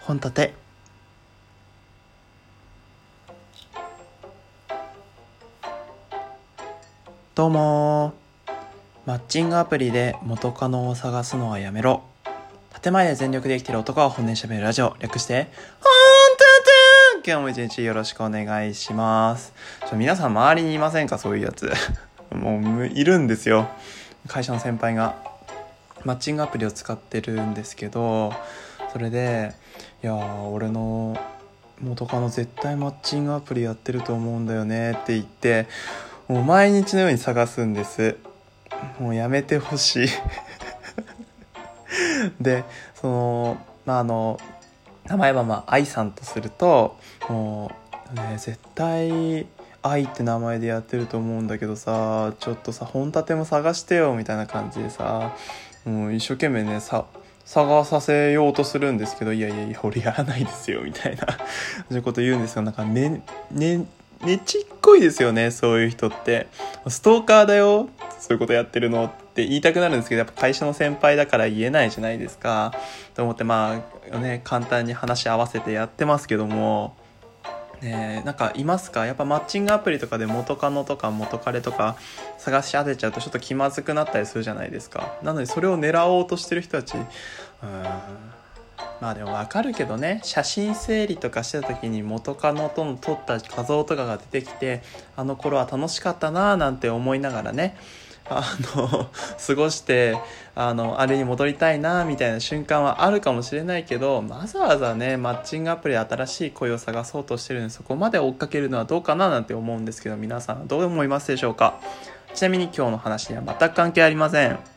本立て。どうもマッチングアプリで元カノを探すのはやめろ。建前で全力で生きてる男が本音しゃべるラジオ、略して本立て。今日も一日よろしくお願いします。皆さん周りにいませんか？そういうやつもういるんですよ。会社の先輩がマッチングアプリを使ってるんですけど、それで俺の元カノ絶対マッチングアプリやってると思うんだよねって言って、もう毎日のように探すんです。もうやめてほしいで、名前は愛さんとすると、もうね、絶対愛って名前でやってると思うんだけどさ、ちょっとさ本立ても探してよみたいな感じでさ、もう一生懸命ね探させようとするんですけど、いや俺やらないですよみたいなそういうこと言うんですよ。なんかねちっこいですよね、そういう人って。ストーカーだよ、そういうことやってるのって言いたくなるんですけど、やっぱ会社の先輩だから言えないじゃないですかと思って、簡単に話し合わせてやってますけどもね。なんかいますか？やっぱマッチングアプリとかで元カノとか元彼とか探し当てちゃうとちょっと気まずくなったりするじゃないですか。なのでそれを狙おうとしてる人たち、でも分かるけどね、写真整理とかしてた時に元カノとの撮った画像とかが出てきて、あの頃は楽しかったななんて思いながらね、過ごしてあれに戻りたいなみたいな瞬間はあるかもしれないけど、わざわざねマッチングアプリで新しい恋を探そうとしてるのにそこまで追っかけるのはどうかななんて思うんですけど、皆さんはどう思いますでしょうか？ちなみに今日の話には全く関係ありません。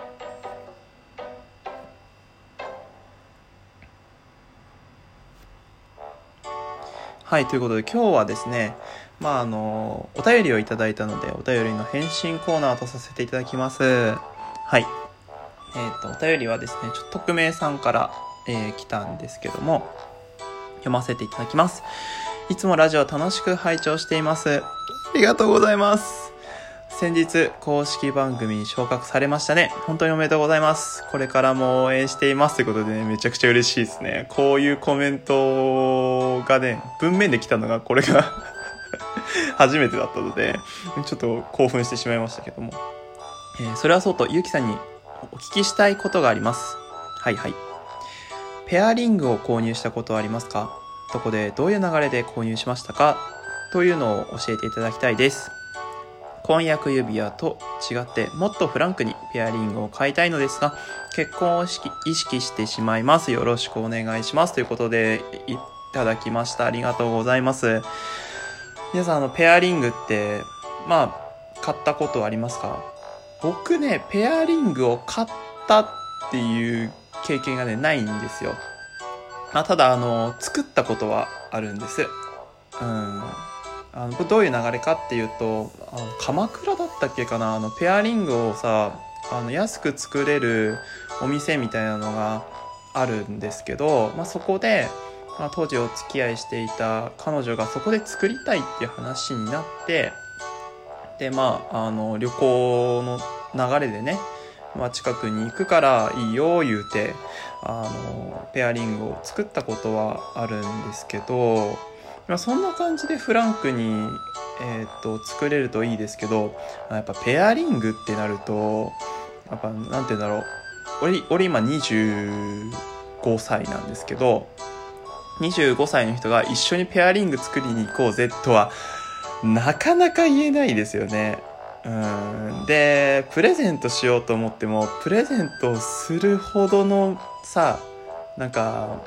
はい、ということで今日はですね、お便りをいただいたので、お便りの返信コーナーとさせていただきます。はい。お便りはですね、ちょっと匿名さんから、来たんですけども、読ませていただきます。いつもラジオ楽しく拝聴しています。ありがとうございます。先日公式番組に昇格されましたね。本当におめでとうございます。これからも応援していますということでね、めちゃくちゃ嬉しいですね。こういうコメントがね、文面で来たのがこれが初めてだったので、ちょっと興奮してしまいましたけども、それはそうとゆうきさんにお聞きしたいことがあります。はい。ペアリングを購入したことはありますか？どこでどういう流れで購入しましたか？というのを教えていただきたいです。婚約指輪と違ってもっとフランクにペアリングを買いたいのですが、結婚を意識してしまいます。よろしくお願いします。ということでいただきました。ありがとうございます。皆さんペアリングって買ったことありますか？僕ね、ペアリングを買ったっていう経験がねないんですよ。ただ作ったことはあるんです。これどういう流れかっていうと、鎌倉だったっけかな、ペアリングをさ安く作れるお店みたいなのがあるんですけど、そこで、当時お付き合いしていた彼女がそこで作りたいっていう話になって、で旅行の流れでね、近くに行くからいいよ言うてペアリングを作ったことはあるんですけど、そんな感じでフランクに、作れるといいですけど、やっぱペアリングってなるとやっぱなんて言うんだろう、俺今25歳なんですけど、25歳の人が一緒にペアリング作りに行こうぜとはなかなか言えないですよね。でプレゼントしようと思ってもプレゼントをするほどのなんか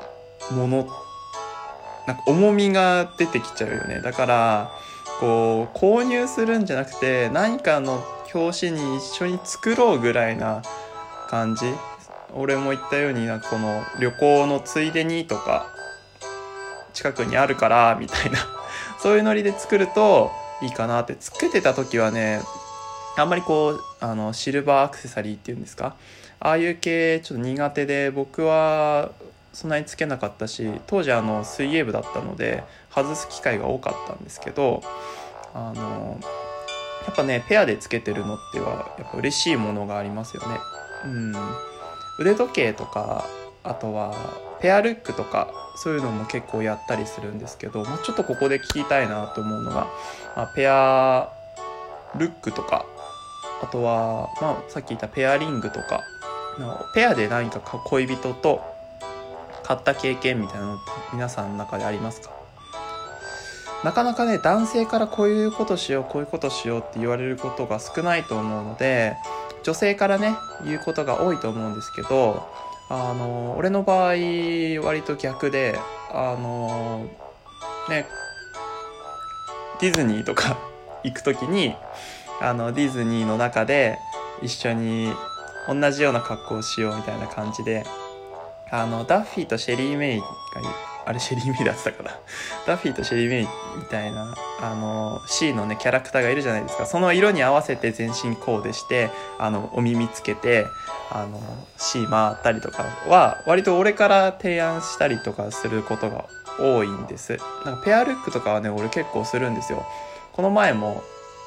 重みが出てきちゃうよね。だからこう購入するんじゃなくて何かの表紙に一緒に作ろうぐらいな感じ。俺も言ったようにこの旅行のついでにとか近くにあるからみたいなそういうノリで作るといいかなって。つけてた時はね、あんまりシルバーアクセサリーっていうんですか、ああいう系ちょっと苦手で、僕はそんなにつけなかったし、当時水泳部だったので外す機会が多かったんですけど、やっぱねペアでつけてるのってはやっぱ嬉しいものがありますよね。腕時計とか、あとはペアルックとかそういうのも結構やったりするんですけど、ちょっとここで聞きたいなと思うのが、ペアルックとか、あとは、さっき言ったペアリングとか、ペアで何か恋人と買った経験みたいなのって皆さんの中でありますか？なかなかね、男性からこういうことしようこういうことしようって言われることが少ないと思うので、女性からね言うことが多いと思うんですけど、俺の場合割と逆で、ね、ディズニーとか行くときにディズニーの中で一緒に同じような格好をしようみたいな感じで、ダッフィーとシェリーメイがあれシェリーメイだったかなダッフィーとシェリーメイみたいなC のねキャラクターがいるじゃないですか。その色に合わせて全身コーデしてお耳つけてC 回ったりとかは割と俺から提案したりとかすることが多いんです。なんかペアルックとかはね俺結構するんですよ。この前も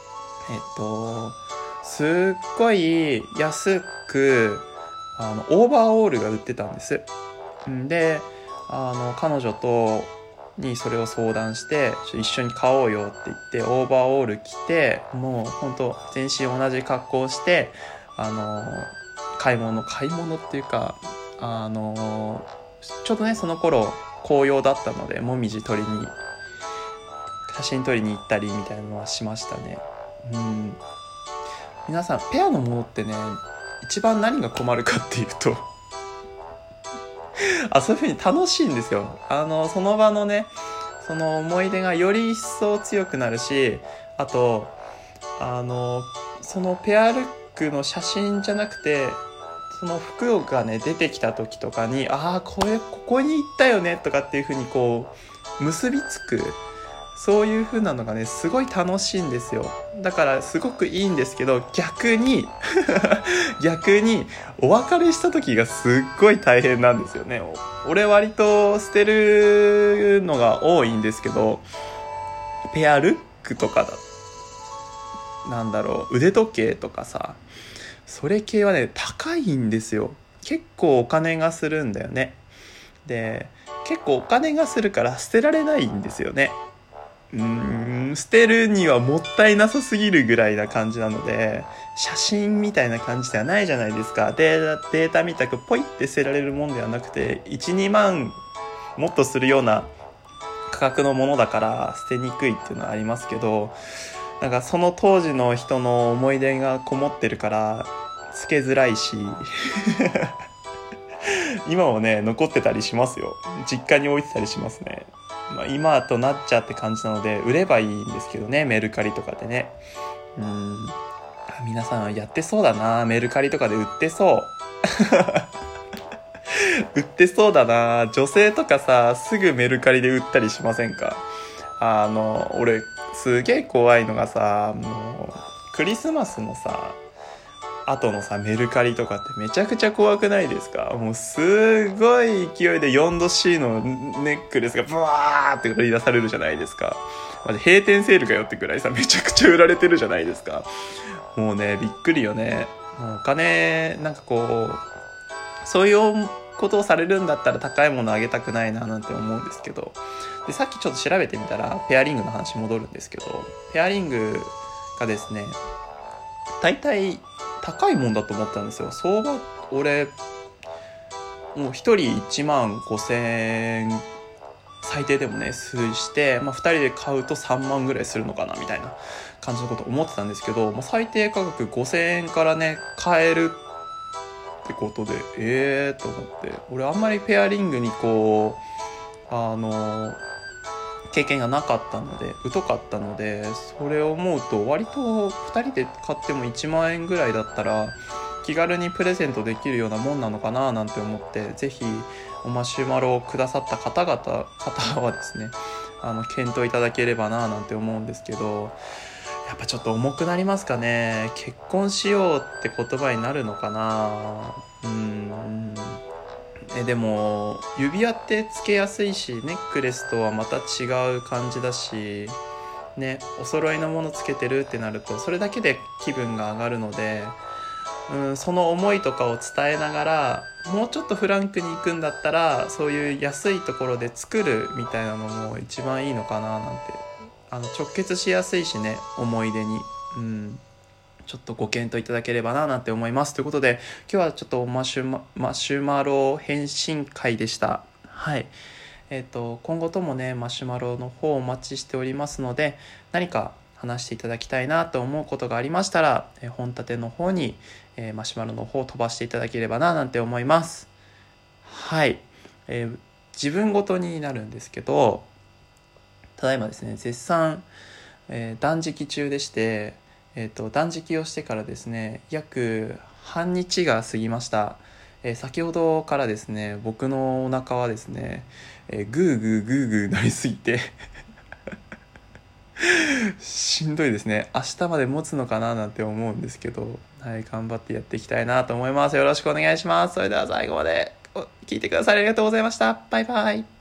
すっごい安くオーバーオールが売ってたんです。で彼女にそれを相談して一緒に買おうよって言ってオーバーオール着て、もうほんと全身同じ格好して買い物っていうかちょうどねその頃紅葉だったので写真撮りに行ったりみたいなのはしましたね。皆さんペアのものってね一番何が困るかっていうとそういう風に楽しいんですよ。その場のねその思い出がより一層強くなるし、あとそのペアルックの写真じゃなくてその服がね出てきた時とかにここに行ったよねとかっていう風にこう結びつく、そういう風なのがねすごい楽しいんですよ。だからすごくいいんですけど、逆にお別れした時がすっごい大変なんですよね。俺割と捨てるのが多いんですけど、ペアルックとか腕時計とかさ、それ系はね高いんですよ。結構お金がするんだよね。で結構お金がするから捨てられないんですよね。捨てるにはもったいなさすぎるぐらいな感じなので、写真みたいな感じではないじゃないですか。データみたくポイって捨てられるもんではなくて 1,2 万もっとするような価格のものだから捨てにくいっていうのはありますけど、なんかその当時の人の思い出がこもってるからつけづらいし今もね残ってたりしますよ。実家に置いてたりしますね。今となっちゃって感じなので売ればいいんですけどね、メルカリとかでね。皆さんやってそうだな、メルカリとかで売ってそう売ってそうだな。女性とかさすぐメルカリで売ったりしませんか？俺すげえ怖いのがさ、クリスマスのさ後のさメルカリとかってめちゃくちゃ怖くないですか？もうすごい勢いで 4°C のネックレスがブワーって売り出されるじゃないですか。閉店セールかよってくらいさめちゃくちゃ売られてるじゃないですか。もうねびっくりよね。もうお金なんかこうそういうことをされるんだったら高いものあげたくないななんて思うんですけど、でさっきちょっと調べてみたらペアリングの話戻るんですけど、ペアリングがですね大体高いもんだと思ったんですよ。相場俺もう1人15,000円最低でもね推して、2人で買うと3万ぐらいするのかなみたいな感じのこと思ってたんですけど、最低価格5,000円からね買えるってことでと思って、俺あんまりペアリングにこう経験がなかったので疎かったので、それを思うと割と2人で買っても1万円ぐらいだったら気軽にプレゼントできるようなもんなのかななんて思って、ぜひおマシュマロをくださった方はですね検討いただければななんて思うんですけど、やっぱちょっと重くなりますかね。結婚しようって言葉になるのかな。でも指輪ってつけやすいし、ネックレスとはまた違う感じだしね、お揃いのものつけてるってなるとそれだけで気分が上がるので、 その思いとかを伝えながら、もうちょっとフランクに行くんだったらそういう安いところで作るみたいなのも一番いいのかななんて、直結しやすいしね、思い出に。ちょっとご検討いただければななんて思います。ということで今日はちょっとマシュマロ返信会でした。はい。今後ともねマシュマロの方お待ちしておりますので、何か話していただきたいなと思うことがありましたら、本立ての方に、マシュマロの方を飛ばしていただければななんて思います。はい。自分ごとになるんですけど、ただいまですね絶賛、断食中でして、断食をしてからですね約半日が過ぎました。先ほどからですね僕のお腹はですね、グーグーグーグーなりすぎてしんどいですね。明日まで持つのかななんて思うんですけど、はい、頑張ってやっていきたいなと思います。よろしくお願いします。それでは最後まで聞いてくださりありがとうございました。バイバイ。